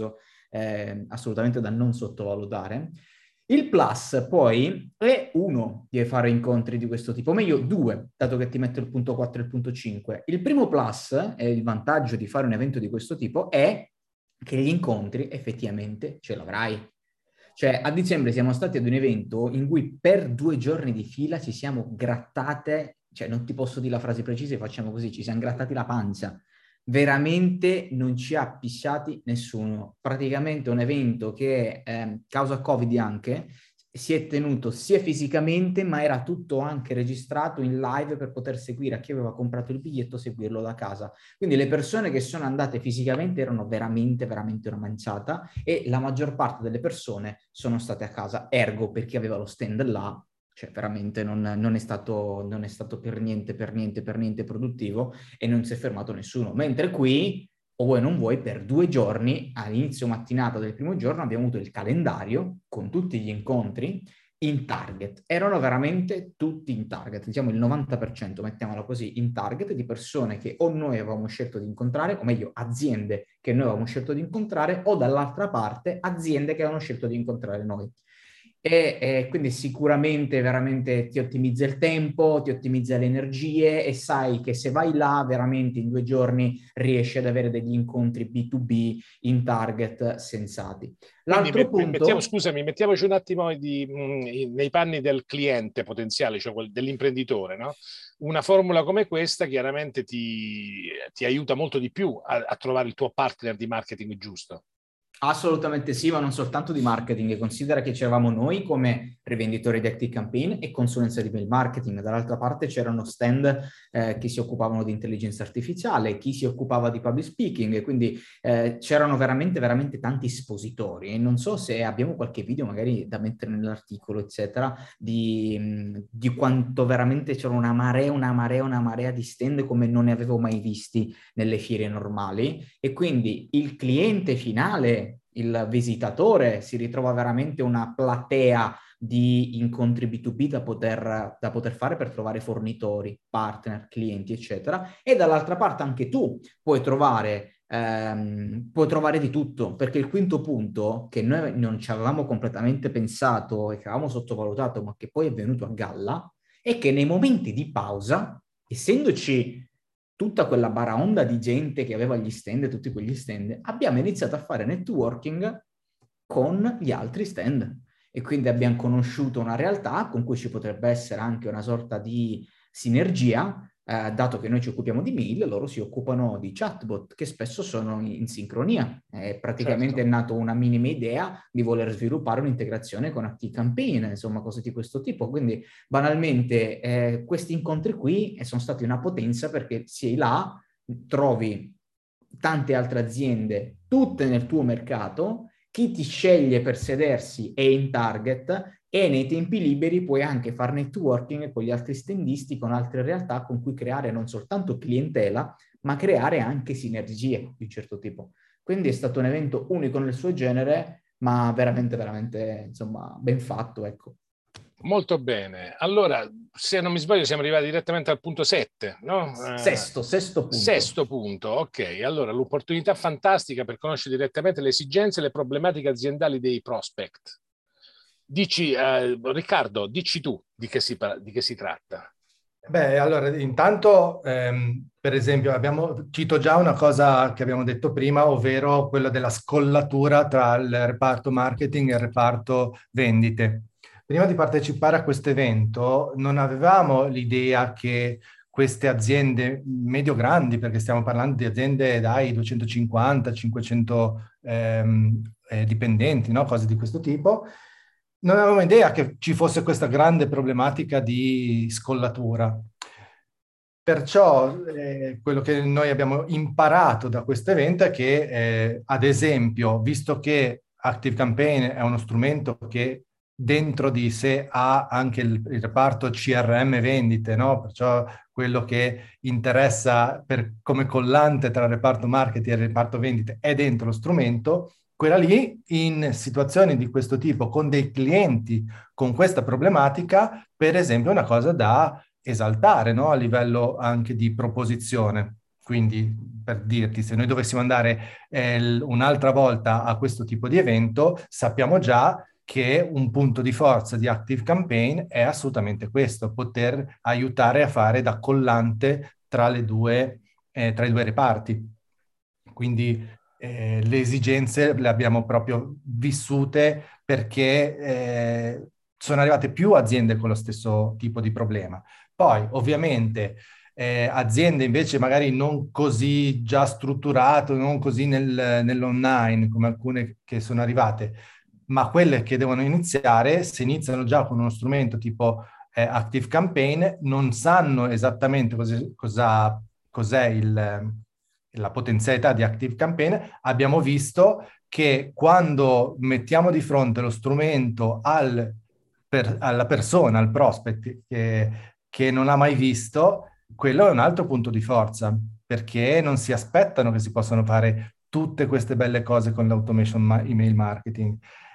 eh, assolutamente da non sottovalutare. Il plus poi è uno di fare incontri di questo tipo, o meglio due, dato che ti metto il punto quattro e il punto cinque. Il primo plus e il vantaggio di fare un evento di questo tipo è che gli incontri effettivamente ce l'avrai. Cioè a dicembre siamo stati ad un evento in cui per due giorni di fila ci siamo grattate, cioè non ti posso dire la frase precisa, facciamo così, ci siamo grattati la pancia. Veramente non ci ha pisciati nessuno. Praticamente un evento che, eh, causa Covid anche, si è tenuto sia fisicamente, ma era tutto anche registrato in live per poter seguire a chi aveva comprato il biglietto, seguirlo da casa. Quindi le persone che sono andate fisicamente erano veramente, veramente una manciata e la maggior parte delle persone sono state a casa. Ergo, per chi aveva lo stand là, cioè veramente non, non, è stato, non è stato per niente, per niente, per niente produttivo e non si è fermato nessuno. Mentre qui, o vuoi non vuoi, per due giorni, all'inizio mattinata del primo giorno, abbiamo avuto il calendario con tutti gli incontri in target. Erano veramente tutti in target, diciamo il novanta per cento, mettiamola così, in target di persone che o noi avevamo scelto di incontrare, o meglio aziende che noi avevamo scelto di incontrare, o dall'altra parte aziende che avevano scelto di incontrare noi. E, e quindi sicuramente veramente ti ottimizza il tempo, ti ottimizza le energie e sai che se vai là veramente in due giorni riesci ad avere degli incontri B due B in target sensati. L'altro Quindi, punto... mettiamo, scusami, mettiamoci un attimo di, mh, nei panni del cliente potenziale, cioè quel, dell'imprenditore, no? Una formula come questa chiaramente ti, ti aiuta molto di più a, a trovare il tuo partner di marketing giusto. Assolutamente sì, ma non soltanto di marketing. Considera che c'eravamo noi come rivenditori di Active Campaign e consulenza di mail marketing. Dall'altra parte c'erano stand eh, che si occupavano di intelligenza artificiale, chi si occupava di public speaking, quindi eh, c'erano veramente, veramente tanti espositori. E non so se abbiamo qualche video magari da mettere nell'articolo, eccetera, di, di quanto veramente c'era una marea, una marea, una marea di stand come non ne avevo mai visti nelle fiere normali. E quindi il cliente finale, il visitatore, si ritrova veramente una platea di incontri B due B da poter, da poter fare per trovare fornitori, partner, clienti, eccetera. E dall'altra parte anche tu puoi trovare, ehm, puoi trovare di tutto, perché il quinto punto, che noi non ci avevamo completamente pensato e che avevamo sottovalutato, ma che poi è venuto a galla, è che nei momenti di pausa, essendoci tutta quella baraonda di gente che aveva gli stand, tutti quegli stand, abbiamo iniziato a fare networking con gli altri stand e quindi abbiamo conosciuto una realtà con cui ci potrebbe essere anche una sorta di sinergia, eh, dato che noi ci occupiamo di mail, loro si occupano di chatbot che spesso sono in sincronia. Eh, praticamente certo. È nata una minima idea di voler sviluppare un'integrazione con Active Campaign, insomma cose di questo tipo. Quindi banalmente eh, questi incontri qui sono stati una potenza perché sei là, trovi tante altre aziende, tutte nel tuo mercato, chi ti sceglie per sedersi è in target e nei tempi liberi puoi anche fare networking con gli altri standisti, con altre realtà con cui creare non soltanto clientela, ma creare anche sinergie di un certo tipo. Quindi è stato un evento unico nel suo genere, ma veramente, veramente, insomma, ben fatto, ecco. Molto bene. Allora, se non mi sbaglio, siamo arrivati direttamente al punto sette, no? Sesto, sesto punto. Sesto punto, ok. Allora, l'opportunità fantastica per conoscere direttamente le esigenze e le problematiche aziendali dei prospect. Dici, eh, Riccardo, dici tu di che si, di che si tratta. Beh, allora, intanto, ehm, per esempio, abbiamo, cito già una cosa che abbiamo detto prima, ovvero quella della scollatura tra il reparto marketing e il reparto vendite. Prima di partecipare a questo evento non avevamo l'idea che queste aziende medio-grandi, perché stiamo parlando di aziende dai duecentocinquanta cinquecento ehm, eh, dipendenti, no? Cose di questo tipo, non avevamo idea che ci fosse questa grande problematica di scollatura. Perciò eh, quello che noi abbiamo imparato da questo evento è che, eh, ad esempio, visto che Active Campaign è uno strumento che dentro di sé ha anche il, il reparto C R M vendite, no? Perciò quello che interessa per, come collante tra il reparto marketing e il reparto vendite è dentro lo strumento. Quella lì, in situazioni di questo tipo, con dei clienti con questa problematica, per esempio, è una cosa da esaltare, no? A livello anche di proposizione. Quindi, per dirti, se noi dovessimo andare eh, un'altra volta a questo tipo di evento, sappiamo già che un punto di forza di ActiveCampaign è assolutamente questo, poter aiutare a fare da collante tra le due, eh, tra i due reparti. Quindi eh, le esigenze le abbiamo proprio vissute perché eh, sono arrivate più aziende con lo stesso tipo di problema. Poi, ovviamente, eh, aziende invece magari non così già strutturate, non così nel, nell'online come alcune che sono arrivate, ma quelle che devono iniziare, se iniziano già con uno strumento tipo eh, ActiveCampaign, non sanno esattamente cos'è, cosa, cos'è il, la potenzialità di ActiveCampaign. Abbiamo visto che quando mettiamo di fronte lo strumento al, per, alla persona, al prospect che, che non ha mai visto, quello è un altro punto di forza, perché non si aspettano che si possano fare tutte queste belle cose con l'automation ma- email marketing.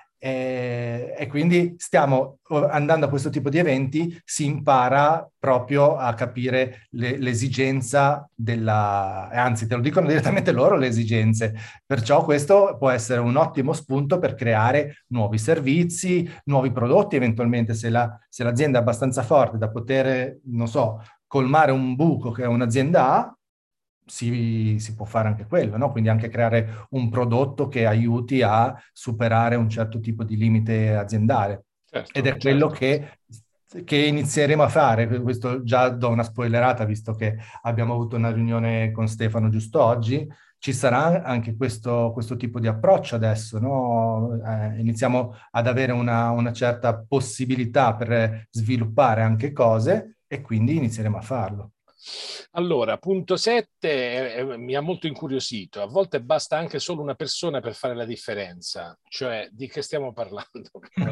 E, e quindi stiamo andando a questo tipo di eventi, si impara proprio a capire le, l'esigenza della, anzi te lo dicono direttamente loro le esigenze, perciò questo può essere un ottimo spunto per creare nuovi servizi, nuovi prodotti eventualmente, se, la, se l'azienda è abbastanza forte da poter, non so, colmare un buco che un'azienda ha, si, si può fare anche quello, no? Quindi anche creare un prodotto che aiuti a superare un certo tipo di limite aziendale. Certo, Ed è quello certo. che, che inizieremo a fare. Questo già do una spoilerata, visto che abbiamo avuto una riunione con Stefano giusto oggi. Ci sarà anche questo, questo tipo di approccio adesso, no? Eh, iniziamo ad avere una, una certa possibilità per sviluppare anche cose e quindi inizieremo a farlo. Allora, punto sette eh, mi ha molto incuriosito. A volte basta anche solo una persona per fare la differenza. Cioè, di che stiamo parlando?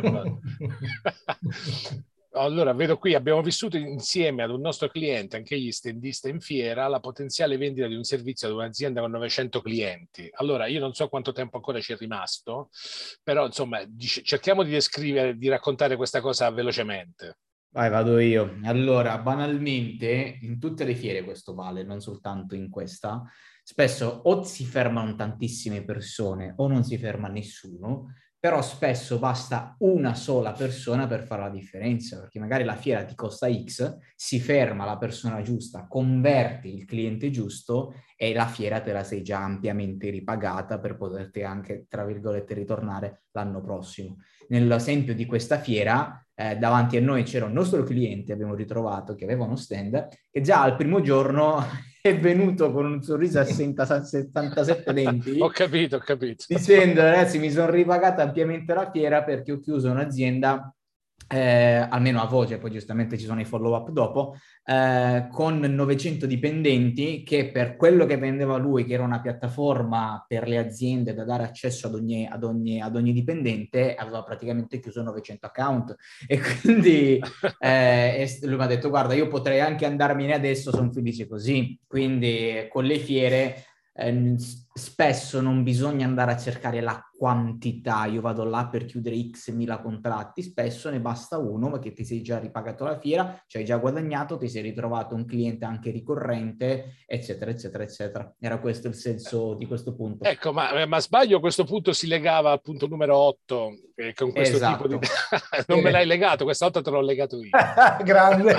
Allora, vedo qui, abbiamo vissuto insieme ad un nostro cliente, anche egli stendista in fiera, la potenziale vendita di un servizio ad un'azienda con novecento clienti. Allora, io non so quanto tempo ancora ci è rimasto, però insomma, dic- cerchiamo di descrivere, di raccontare questa cosa velocemente. Vai, vado io. Allora, banalmente, in tutte le fiere questo vale, non soltanto in questa, spesso o si fermano tantissime persone o non si ferma nessuno, però spesso basta una sola persona per fare la differenza, perché magari la fiera ti costa X, si ferma la persona giusta, converti il cliente giusto e la fiera te la sei già ampiamente ripagata per poterti anche, tra virgolette, ritornare l'anno prossimo. Nell'esempio di questa fiera, eh, davanti a noi c'era un nostro cliente, abbiamo ritrovato, che aveva uno stand, che già al primo giorno è venuto con un sorriso a settantasette denti. Ho capito, ho capito. Dicendo, ragazzi, mi sono ripagata ampiamente la fiera perché ho chiuso un'azienda, eh, almeno a voce, poi giustamente ci sono i follow up dopo, eh, con novecento dipendenti che per quello che vendeva lui, che era una piattaforma per le aziende da dare accesso ad ogni, ad ogni, ad ogni dipendente, aveva praticamente chiuso novecento account. E quindi eh, lui mi ha detto, guarda, io potrei anche andarmene adesso, sono felice così. Quindi con le fiere eh, spesso non bisogna andare a cercare la quantità, io vado là per chiudere X mila contratti, spesso ne basta uno perché ti sei già ripagato la fiera, ci hai già guadagnato, ti sei ritrovato un cliente anche ricorrente, eccetera, eccetera, eccetera. Era questo il senso di questo punto. Ecco, ma, ma sbaglio, questo punto si legava al punto numero otto, eh, con questo Esatto. tipo di... non me l'hai legato, questa volta te l'ho legato io. Grande!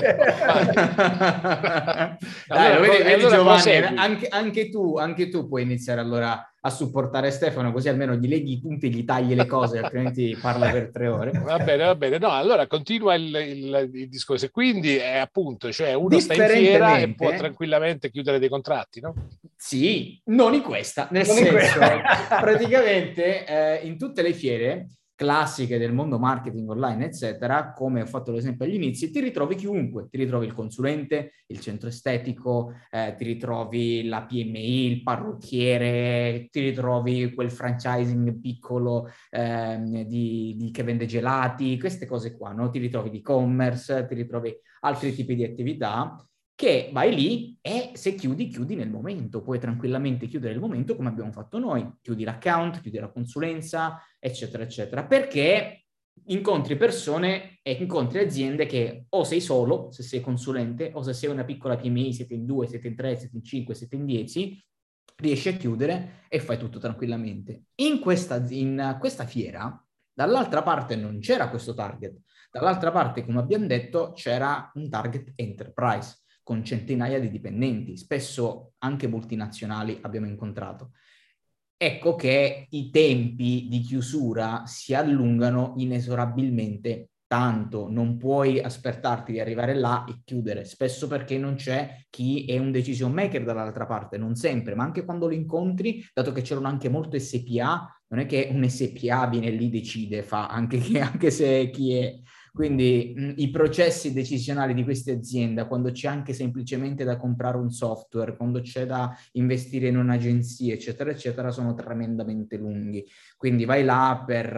Dai, allora, lo vedi, vedi allora Giovanni, anche, anche, tu, anche tu puoi iniziare allora a supportare Stefano, così almeno gli leghi i punti, gli tagli le cose, altrimenti parla per tre ore. Va bene, va bene. No, allora continua il, il, il discorso. Quindi è appunto, cioè uno sta in fiera e può tranquillamente chiudere dei contratti, no? Sì, non in questa, nel non senso, questa. praticamente eh, in tutte le fiere classiche del mondo marketing online, eccetera, come ho fatto l'esempio agli inizi, ti ritrovi chiunque, ti ritrovi il consulente, il centro estetico, eh, ti ritrovi la P M I, il parrucchiere, ti ritrovi quel franchising piccolo eh, di, di, che vende gelati, queste cose qua, no? Ti ritrovi l'e-commerce, ti ritrovi altri tipi di attività, che vai lì e se chiudi, chiudi nel momento, puoi tranquillamente chiudere nel momento come abbiamo fatto noi, chiudi l'account, chiudi la consulenza, eccetera, eccetera, perché incontri persone e incontri aziende che o sei solo, se sei consulente, o se sei una piccola P M I, siete in due, siete in tre, siete in cinque, siete in dieci, riesci a chiudere e fai tutto tranquillamente. In questa, in questa fiera, dall'altra parte non c'era questo target, dall'altra parte, come abbiamo detto, c'era un target enterprise con centinaia di dipendenti, spesso anche multinazionali abbiamo incontrato. Ecco che i tempi di chiusura si allungano inesorabilmente tanto, non puoi aspettarti di arrivare là e chiudere, spesso perché non c'è chi è un decision maker dall'altra parte, non sempre, ma anche quando lo incontri, dato che c'erano anche molto S P A, non è che un S P A viene lì, decide, fa anche, che, anche se chi è... Quindi mh, i processi decisionali di queste aziende, quando c'è anche semplicemente da comprare un software, quando c'è da investire in un'agenzia, eccetera, eccetera, sono tremendamente lunghi. Quindi vai là per,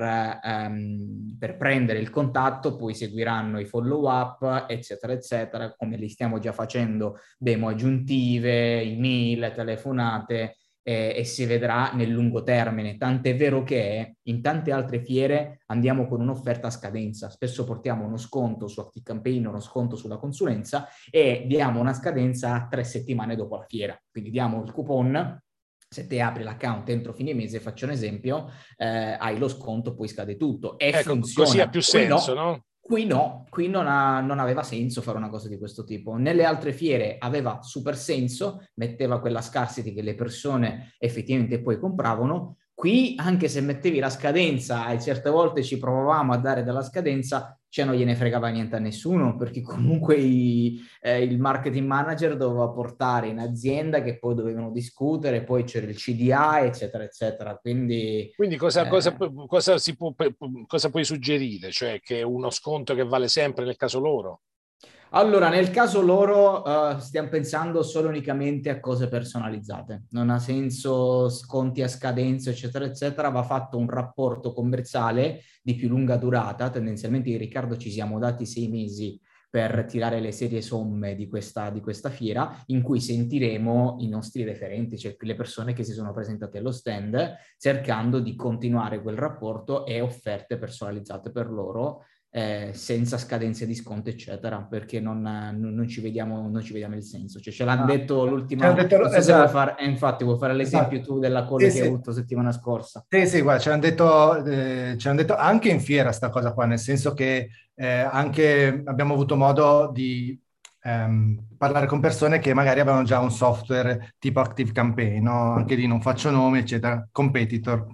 ehm, per prendere il contatto, poi seguiranno i follow-up, eccetera, eccetera, come li stiamo già facendo, demo aggiuntive, email, telefonate, eh, e si vedrà nel lungo termine. Tant'è vero che in tante altre fiere andiamo con un'offerta a scadenza. Spesso portiamo uno sconto su ActiveCampaign, uno sconto sulla consulenza e diamo una scadenza tre settimane dopo la fiera. Quindi diamo il coupon. Se te apri l'account entro fine mese, faccio un esempio, eh, hai lo sconto, poi scade tutto. E ecco, funziona. così ha più Qui senso, no. no? Qui no, qui non, ha, non aveva senso fare una cosa di questo tipo. Nelle altre fiere aveva super senso, metteva quella scarcity che le persone effettivamente poi compravano. Qui, anche se mettevi la scadenza e certe volte ci provavamo a dare della scadenza, cioè non gliene fregava niente a nessuno, perché comunque i, eh, il marketing manager doveva portare in azienda che poi dovevano discutere, poi c'era il C D A, eccetera, eccetera. Quindi, Quindi cosa, eh, cosa, cosa, si può, cosa puoi suggerire? Cioè che uno sconto che vale sempre nel caso loro? Allora, nel caso loro uh, stiamo pensando solo unicamente a cose personalizzate. Non ha senso sconti a scadenza, eccetera, eccetera. Va fatto un rapporto commerciale di più lunga durata. Tendenzialmente io e Riccardo ci siamo dati sei mesi per tirare le serie somme di questa, di questa fiera, in cui sentiremo i nostri referenti, cioè le persone che si sono presentate allo stand, cercando di continuare quel rapporto e offerte personalizzate per loro, Eh, senza scadenze di sconto, eccetera, perché non, non, non, ci vediamo, non ci vediamo il senso. Cioè, ce l'hanno Ah, detto ci hanno l'ultima... detto, Non so se vuoi esatto, fare... Eh, infatti, vuoi fare l'esempio esatto. tu della call Sì, che hai sì. avuto settimana scorsa. Sì, sì, guarda, ci hanno detto, eh, ci hanno detto anche in fiera sta cosa qua, nel senso che eh, anche abbiamo avuto modo di ehm, parlare con persone che magari avevano già un software tipo ActiveCampaign, no? Anche lì non faccio nomi, eccetera, competitor,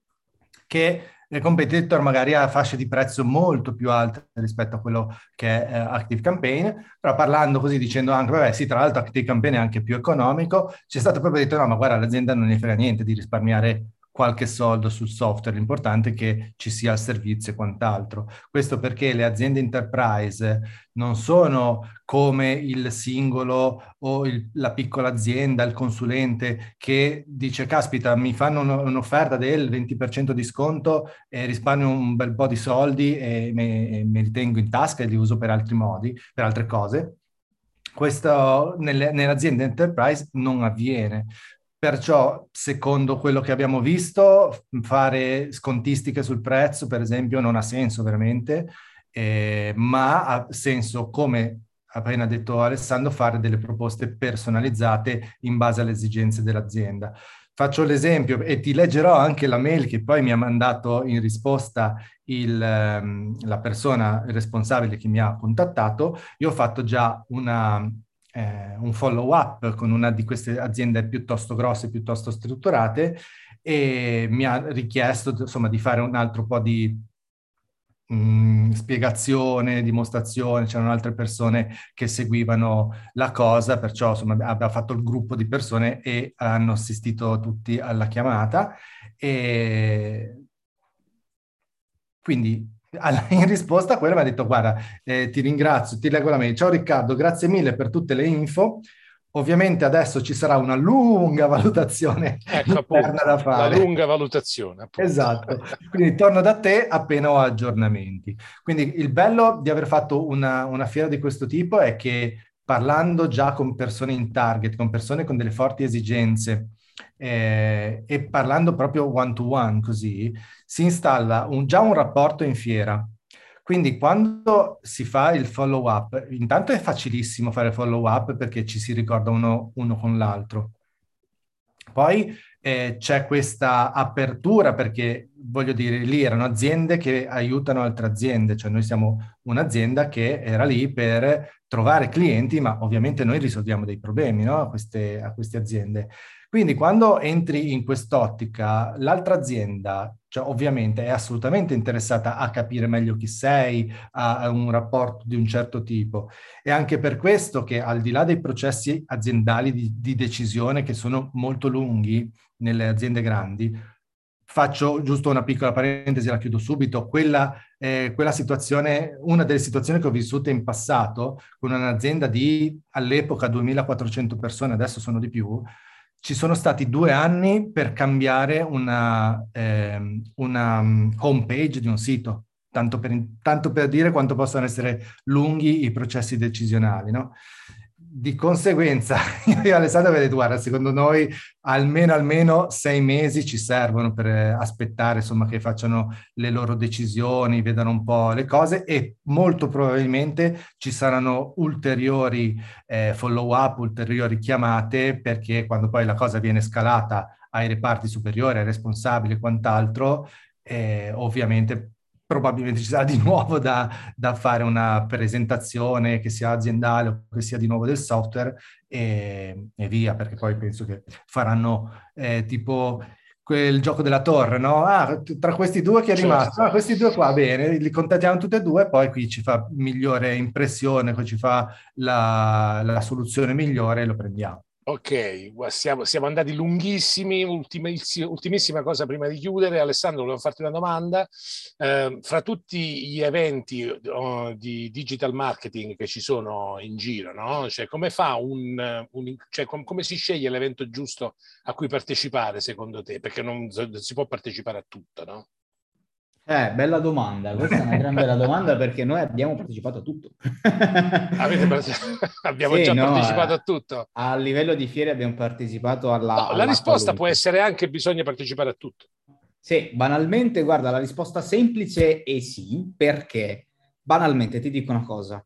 che il competitor magari ha fasce di prezzo molto più alte rispetto a quello che è eh, ActiveCampaign, però parlando così, dicendo anche, vabbè sì, tra l'altro ActiveCampaign è anche più economico, c'è stato proprio detto, no, ma guarda, l'azienda non ne frega niente di risparmiare qualche soldo sul software, l'importante è che ci sia il servizio e quant'altro. Questo perché le aziende enterprise non sono come il singolo o il, la piccola azienda, il consulente che dice, caspita, mi fanno un, un'offerta del venti per cento di sconto e risparmio un bel po' di soldi e me, me li tengo in tasca e li uso per altri modi, per altre cose. Questo nelle, nelle aziende enterprise non avviene. Perciò, secondo quello che abbiamo visto, fare scontistiche sul prezzo, per esempio, non ha senso veramente, eh, ma ha senso, come ha appena detto Alessandro, fare delle proposte personalizzate in base alle esigenze dell'azienda. Faccio l'esempio e ti leggerò anche la mail che poi mi ha mandato in risposta il, um, la persona responsabile che mi ha contattato. Io ho fatto già una eh, un follow up con una di queste aziende piuttosto grosse, piuttosto strutturate, e mi ha richiesto insomma di fare un altro po' di mh, spiegazione, dimostrazione. C'erano altre persone che seguivano la cosa, perciò insomma abbiamo fatto il gruppo di persone e hanno assistito tutti alla chiamata. E quindi in risposta a quello mi ha detto, guarda, eh, ti ringrazio, ti leggo la mail. Ciao Riccardo, grazie mille per tutte le info. Ovviamente adesso ci sarà una lunga valutazione Ecco, interna appunto, da la fare. lunga valutazione, appunto. Esatto, quindi torno da te appena ho aggiornamenti. Quindi il bello di aver fatto una, una fiera di questo tipo è che parlando già con persone in target, con persone con delle forti esigenze, eh, e parlando proprio one to one così, si installa un, già un rapporto in fiera Quindi quando si fa il follow up, intanto è facilissimo fare follow up perché ci si ricorda uno, uno con l'altro. Poi eh, c'è questa apertura perché, voglio dire, lì erano aziende che aiutano altre aziende, cioè noi siamo un'azienda che era lì per trovare clienti, ma ovviamente noi risolviamo dei problemi, no? a queste, a queste aziende. Quindi quando entri in quest'ottica, l'altra azienda, cioè, ovviamente è assolutamente interessata a capire meglio chi sei, a, a un rapporto di un certo tipo. È anche per questo che al di là dei processi aziendali di, di decisione che sono molto lunghi nelle aziende grandi, faccio giusto una piccola parentesi, la chiudo subito, quella, eh, quella situazione, una delle situazioni che ho vissuto in passato con un'azienda di all'epoca duemilaquattrocento persone, adesso sono di più, ci sono stati due anni per cambiare una, ehm, una um, homepage di un sito, tanto per, tanto per dire quanto possono essere lunghi i processi decisionali, no? Di conseguenza, io e Alessandro avete detto, guarda, secondo noi almeno, almeno sei mesi ci servono per aspettare, insomma, che facciano le loro decisioni, vedano un po' le cose e molto probabilmente ci saranno ulteriori eh, follow-up, ulteriori chiamate, perché quando poi la cosa viene scalata ai reparti superiori, ai responsabili e quant'altro, eh, ovviamente probabilmente ci sarà di nuovo da, da fare una presentazione che sia aziendale o che sia di nuovo del software e, e via, perché poi penso che faranno eh, tipo quel gioco della torre, no? Ah, tra questi due chi è Certo. rimasto? Ah, questi due qua, bene, li contattiamo tutti e due, poi qui ci fa migliore impressione, poi ci fa la, la soluzione migliore e lo prendiamo. Ok, siamo, siamo andati lunghissimi, ultimissima, ultimissima cosa prima di chiudere. Alessandro, volevo farti una domanda. Eh, fra tutti gli eventi oh, di digital marketing che ci sono in giro, no? Cioè, come fa un, un cioè, com, come si sceglie l'evento giusto a cui partecipare, secondo te? Perché non, non si può partecipare a tutto, no? Eh, bella domanda, questa è una gran bella domanda perché noi abbiamo partecipato a tutto. Avete parte- Abbiamo Sì, già no, partecipato eh, a tutto. a livello di fiere abbiamo partecipato alla, No, la alla risposta può qualunque. essere anche bisogna partecipare a tutto. Sì, banalmente, guarda, la risposta semplice è sì, perché banalmente ti dico una cosa.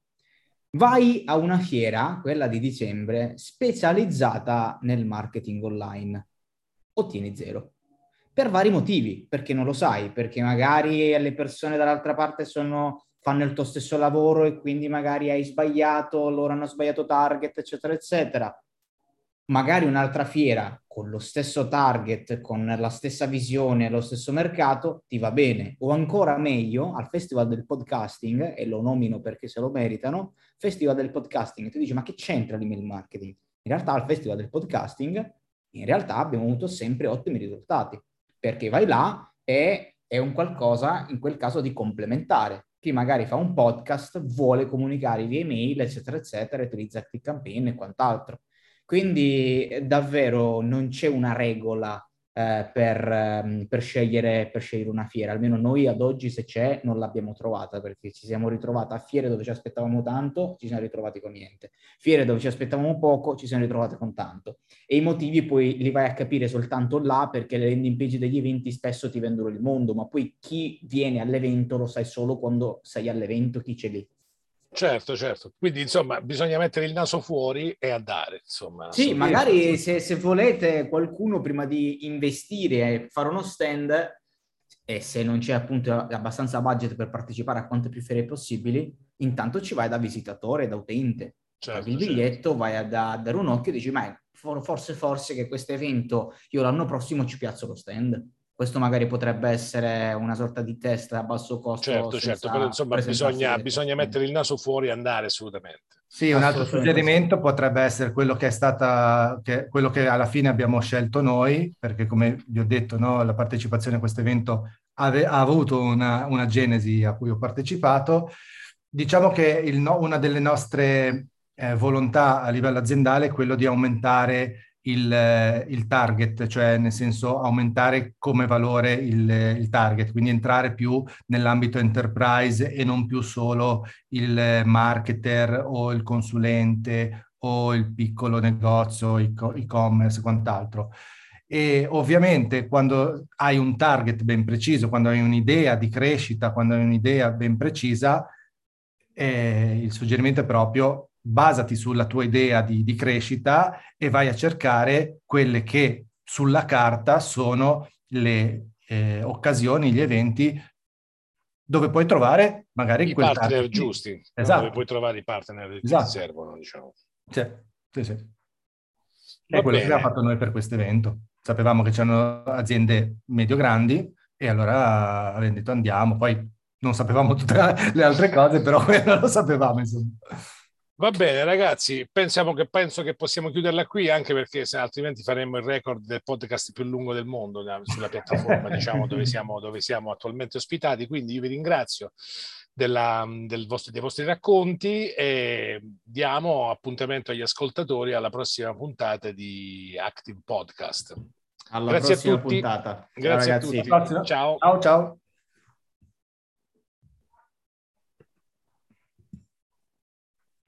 Vai a una fiera, quella di dicembre, specializzata nel marketing online. Ottieni zero. Per vari motivi, perché non lo sai, perché magari le persone dall'altra parte sono, fanno il tuo stesso lavoro e quindi magari hai sbagliato, loro hanno sbagliato target, eccetera, eccetera. Magari un'altra fiera con lo stesso target, con la stessa visione, lo stesso mercato, ti va bene. O ancora meglio, al Festival del Podcasting, e lo nomino perché se lo meritano, Festival del Podcasting, tu dici ma che c'entra l'email marketing? In realtà al Festival del Podcasting, in realtà abbiamo avuto sempre ottimi risultati, perché vai là e è un qualcosa, in quel caso, di complementare. Chi magari fa un podcast, vuole comunicare via email, eccetera, eccetera, utilizza ClickCampaign e quant'altro. Quindi eh, davvero non c'è una regola eh, per, ehm, per scegliere, per scegliere una fiera, almeno noi ad oggi se c'è non l'abbiamo trovata perché ci siamo ritrovati a fiere dove ci aspettavamo tanto, ci siamo ritrovati con niente, fiere dove ci aspettavamo poco, ci siamo ritrovati con tanto e i motivi poi li vai a capire soltanto là perché le landing page degli eventi spesso ti vendono il mondo, ma poi chi viene all'evento lo sai solo quando sei all'evento, chi c'è lì. Certo, certo. Quindi, insomma, bisogna mettere il naso fuori e andare, insomma. Sì, Assolutamente. magari se, se volete qualcuno prima di investire e fare uno stand e se non c'è appunto abbastanza budget per partecipare a quante più ferie possibili, intanto ci vai da visitatore, da utente, paghi Certo, il certo. biglietto, vai a, da- a dare un occhio e dici ma for- forse forse che questo evento io l'anno prossimo ci piazzo lo stand. Questo magari potrebbe essere una sorta di test a basso costo Certo, certo, però senza insomma presentarsi bisogna, bisogna direttamente. mettere il naso fuori e andare assolutamente. Sì, un altro Assolutamente sì. suggerimento potrebbe essere quello che è stata, che, quello che alla fine abbiamo scelto noi, perché come vi ho detto, no, la partecipazione a questo evento ave- ha avuto una, una genesi a cui ho partecipato. Diciamo che il no- una delle nostre eh, volontà a livello aziendale è quello di aumentare il, eh, il target, cioè nel senso aumentare come valore il, il target, quindi entrare più nell'ambito enterprise e non più solo il marketer o il consulente o il piccolo negozio, e-commerce e quant'altro. E ovviamente quando hai un target ben preciso, quando hai un'idea di crescita, quando hai un'idea ben precisa, eh, il suggerimento è proprio basati sulla tua idea di, di crescita e vai a cercare quelle che sulla carta sono le eh, occasioni, gli eventi dove puoi trovare magari i quel partner target. giusti, Esatto. dove puoi trovare i partner che esatto. ti servono, diciamo. Sì, sì, sì. Va È quello bene. che abbiamo fatto noi per questo evento. Sapevamo che c'erano aziende medio-grandi e allora abbiamo detto andiamo. Poi non sapevamo tutte le altre cose, però quello lo sapevamo, insomma. Va bene, ragazzi, pensiamo che, penso che possiamo chiuderla qui, anche perché se altrimenti faremmo il record del podcast più lungo del mondo sulla piattaforma, diciamo, dove siamo, dove siamo attualmente ospitati. Quindi io vi ringrazio della, del vostro, dei vostri racconti e diamo appuntamento agli ascoltatori alla prossima puntata di Active Podcast. Alla Grazie a prossima tutti. puntata. Ciao Grazie a ragazzi. tutti. Ciao. Ciao, ciao.